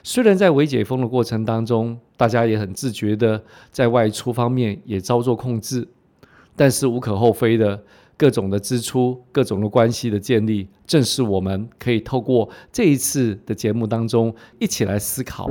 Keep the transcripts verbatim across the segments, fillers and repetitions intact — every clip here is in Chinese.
虽然在微解封的过程当中，大家也很自觉的在外出方面也操作控制，但是无可厚非的，各种的支出、各种的关系的建立，正是我们可以透过这一次的节目当中一起来思考。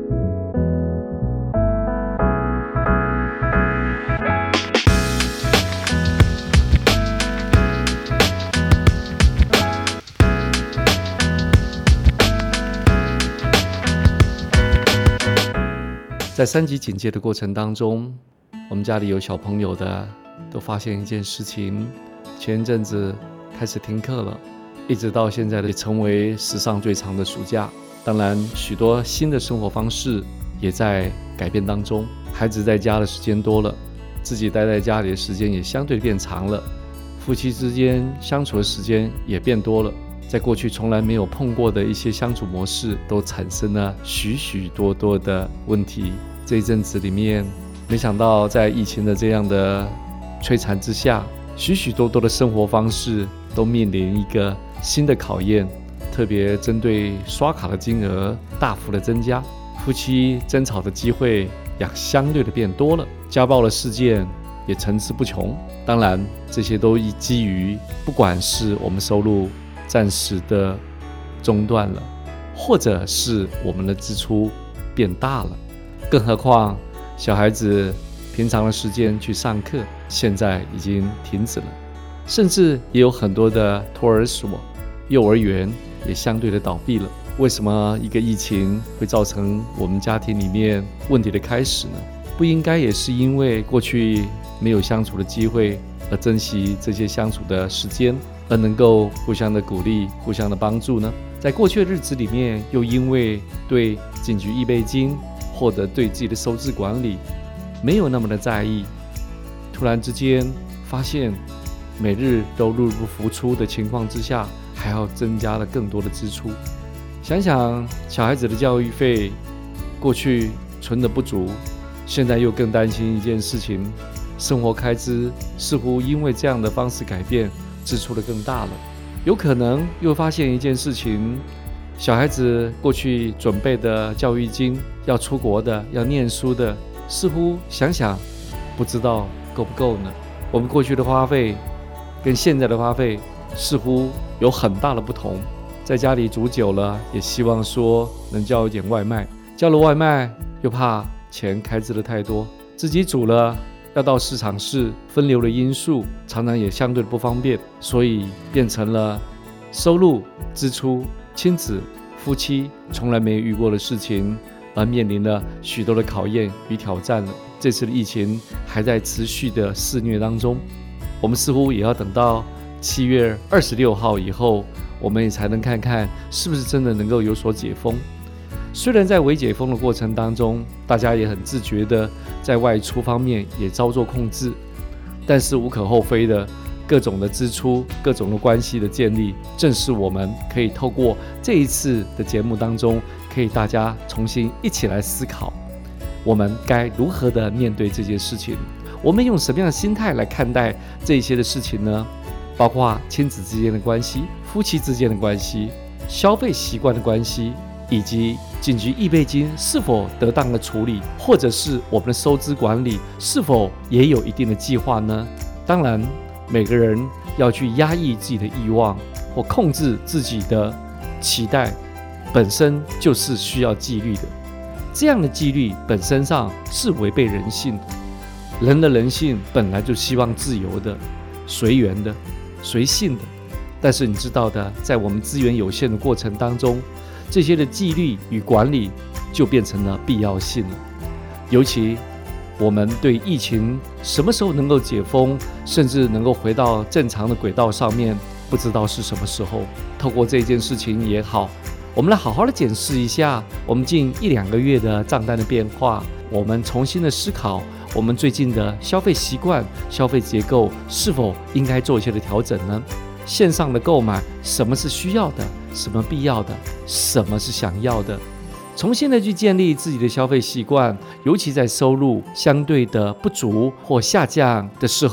在三级警戒的过程当中，我们家里有小朋友的都发现一件事情，前一阵子开始停课了，一直到现在也成为史上最长的暑假。当然许多新的生活方式也在改变当中，孩子在家的时间多了，自己待在家里的时间也相对变长了，夫妻之间相处的时间也变多了，在过去从来没有碰过的一些相处模式都产生了许许多多的问题。这一阵子里面，没想到在疫情的这样的摧残之下，许许多多的生活方式都面临一个新的考验，特别针对刷卡的金额大幅的增加，夫妻争吵的机会也相对的变多了，家暴的事件也层出不穷。当然这些都基于不管是我们收入暂时的中断了，或者是我们的支出变大了，更何况小孩子平常的时间去上课现在已经停止了，甚至也有很多的托儿所、幼儿园也相对的倒闭了。为什么一个疫情会造成我们家庭里面问题的开始呢？不应该也是因为过去没有相处的机会，而珍惜这些相处的时间，而能够互相的鼓励、互相的帮助呢？在过去的日子里面，又因为对警局预备金或者对自己的收支管理没有那么的在意，突然之间发现每日都入不敷出的情况之下，还要增加了更多的支出。想想小孩子的教育费过去存的不足，现在又更担心一件事情，生活开支似乎因为这样的方式改变，支出的更大了。有可能又发现一件事情，小孩子过去准备的教育金，要出国的、要念书的，似乎想想不知道够不够呢？我们过去的花费跟现在的花费似乎有很大的不同。在家里煮久了，也希望说能叫一点外卖，叫了外卖又怕钱开支的太多，自己煮了要到市场市，分流的因素常常也相对的不方便，所以变成了收入、支出、亲子、夫妻从来没有遇过的事情，而面临了许多的考验与挑战了。这次的疫情还在持续的肆虐当中，我们似乎也要等到七月二十六号以后，我们也才能看看是不是真的能够有所解封。虽然在微解封的过程当中，大家也很自觉的在外出方面也操作控制，但是无可厚非的，各种的支出、各种的关系的建立，正是我们可以透过这一次的节目当中，可以大家重新一起来思考，我们该如何的面对这件事情，我们用什么样的心态来看待这一些的事情呢？包括亲子之间的关系、夫妻之间的关系、消费习惯的关系，以及警局预备金是否得当的处理，或者是我们的收支管理是否也有一定的计划呢？当然每个人要去压抑自己的欲望或控制自己的期待，本身就是需要纪律的，这样的纪律本身上是违背人性的。人的人性本来就希望自由的、随缘的、随性的，但是你知道的，在我们资源有限的过程当中，这些的纪律与管理就变成了必要性了。尤其我们对疫情什么时候能够解封，甚至能够回到正常的轨道上面，不知道是什么时候。透过这件事情也好，我们来好好的检视一下我们近一两个月的账单的变化，我们重新的思考我们最近的消费习惯、消费结构是否应该做一些的调整呢？线上的购买，什么是需要的，什么必要的，什么是想要的，重新的去建立自己的消费习惯，尤其在收入相对的不足或下降的时候，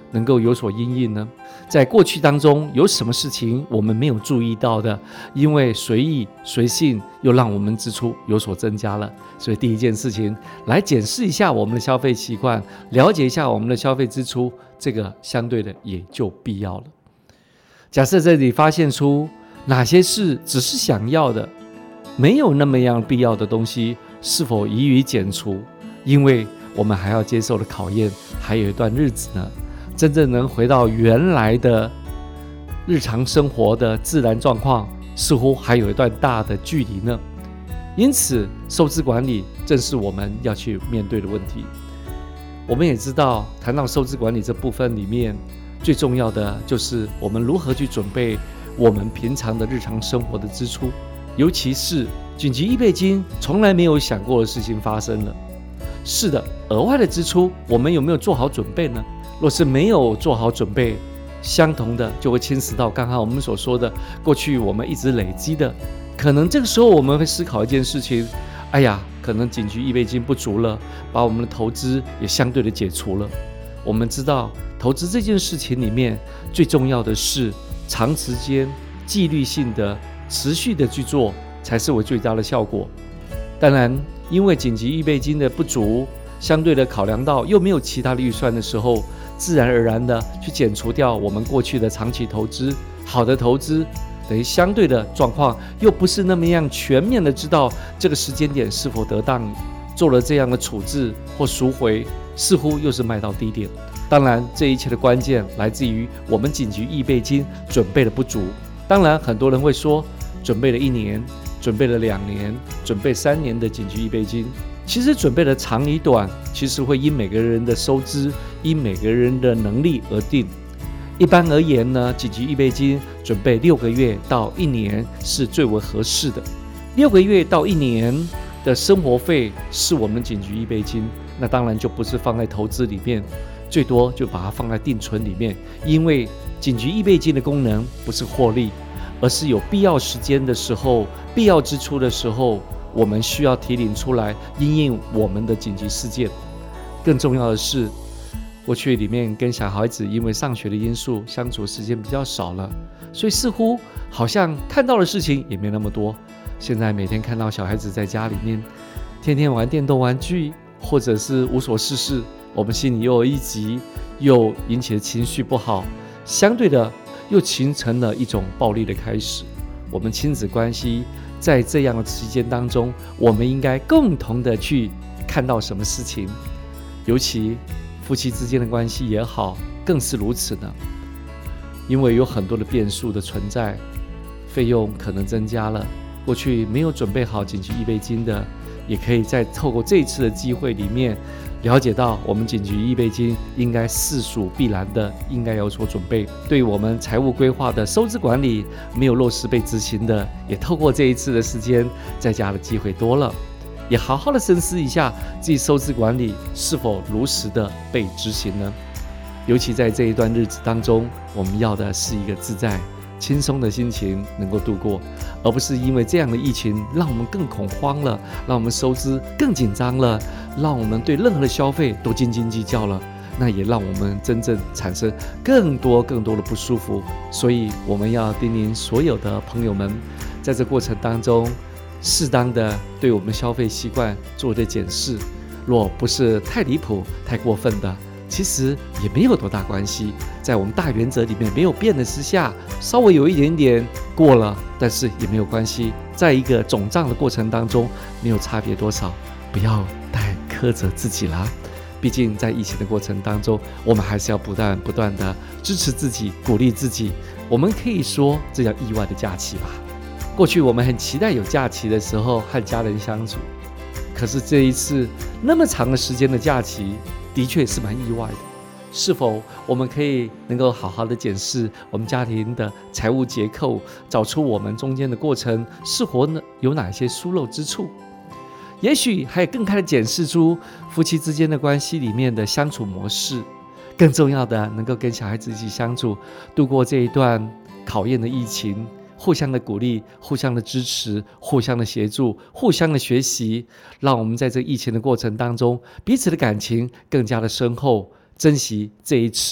能够有所因应呢？在过去当中有什么事情我们没有注意到的，因为随意随性又让我们支出有所增加了。所以第一件事情，来检视一下我们的消费习惯，了解一下我们的消费支出，这个相对的也就必要了。假设这里发现出哪些是只是想要的，没有那么样必要的东西，是否宜于减除？因为我们还要接受的考验还有一段日子呢，真正能回到原来的日常生活的自然状况，似乎还有一段大的距离呢。因此收支管理正是我们要去面对的问题。我们也知道，谈到收支管理这部分里面，最重要的就是我们如何去准备我们平常的日常生活的支出，尤其是紧急预备金从来没有想过的事情发生了。是的，额外的支出我们有没有做好准备呢？若是没有做好准备，相同的就会牵涉到刚刚我们所说的过去我们一直累积的，可能这个时候我们会思考一件事情，哎呀，可能紧急预备金不足了，把我们的投资也相对的解除了。我们知道投资这件事情里面最重要的是长时间纪律性的持续的去做，才是为最大的效果。当然因为紧急预备金的不足，相对的考量到又没有其他的预算的时候，自然而然的去减除掉我们过去的长期投资，好的投资等于相对的状况又不是那么样全面的知道这个时间点是否得当，做了这样的处置或赎回，似乎又是卖到低点。当然这一切的关键来自于我们紧急预备金准备的不足。当然很多人会说，准备了一年，准备了两年，准备三年的紧急预备金，其实准备的长与短，其实会因每个人的收支，因每个人的能力而定。一般而言呢，紧急预备金准备六个月到一年是最为合适的。六个月到一年的生活费是我们紧急预备金，那当然就不是放在投资里面，最多就把它放在定存里面。因为紧急预备金的功能不是获利，而是有必要时间的时候，必要支出的时候，我们需要提领出来因应我们的紧急事件。更重要的是，过去里面跟小孩子因为上学的因素相处时间比较少了，所以似乎好像看到的事情也没那么多。现在每天看到小孩子在家里面天天玩电动玩具，或者是无所事事，我们心里又有一急，又引起了情绪不好，相对的又形成了一种暴力的开始。我们亲子关系在这样的期间当中，我们应该共同的去看到什么事情，尤其夫妻之间的关系也好，更是如此呢。因为有很多的变数的存在，费用可能增加了，过去没有准备好紧急预备金的，也可以在透过这一次的机会里面了解到，我们紧急预备金应该事属必然的，应该有所准备。对我们财务规划的收支管理没有落实被执行的，也透过这一次的时间，在家的机会多了，也好好的深思一下自己收支管理是否如实的被执行呢？尤其在这一段日子当中，我们要的是一个自在轻松的心情能够度过，而不是因为这样的疫情让我们更恐慌了，让我们收支更紧张了，让我们对任何的消费都斤斤计较了，那也让我们真正产生更多更多的不舒服。所以我们要叮咛所有的朋友们，在这过程当中适当的对我们消费习惯做的检视，若不是太离谱太过分的，其实也没有多大关系，在我们大原则里面没有变的之下，稍微有一点点过了，但是也没有关系，在一个总账的过程当中没有差别多少，不要太苛责自己啦。毕竟在疫情的过程当中，我们还是要不断不断的支持自己，鼓励自己。我们可以说这叫意外的假期吧。过去我们很期待有假期的时候和家人相处，可是这一次那么长的时间的假期的确是蛮意外的。是否我们可以能够好好的检视我们家庭的财务结构，找出我们中间的过程是否有哪些疏漏之处？也许还有更开的检视出夫妻之间的关系里面的相处模式。更重要的，能够跟小孩子一起相处，度过这一段考验的疫情，互相的鼓励，互相的支持，互相的协助，互相的学习，让我们在这疫情的过程当中，彼此的感情更加的深厚，珍惜这一次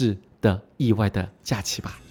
的意外的假期吧。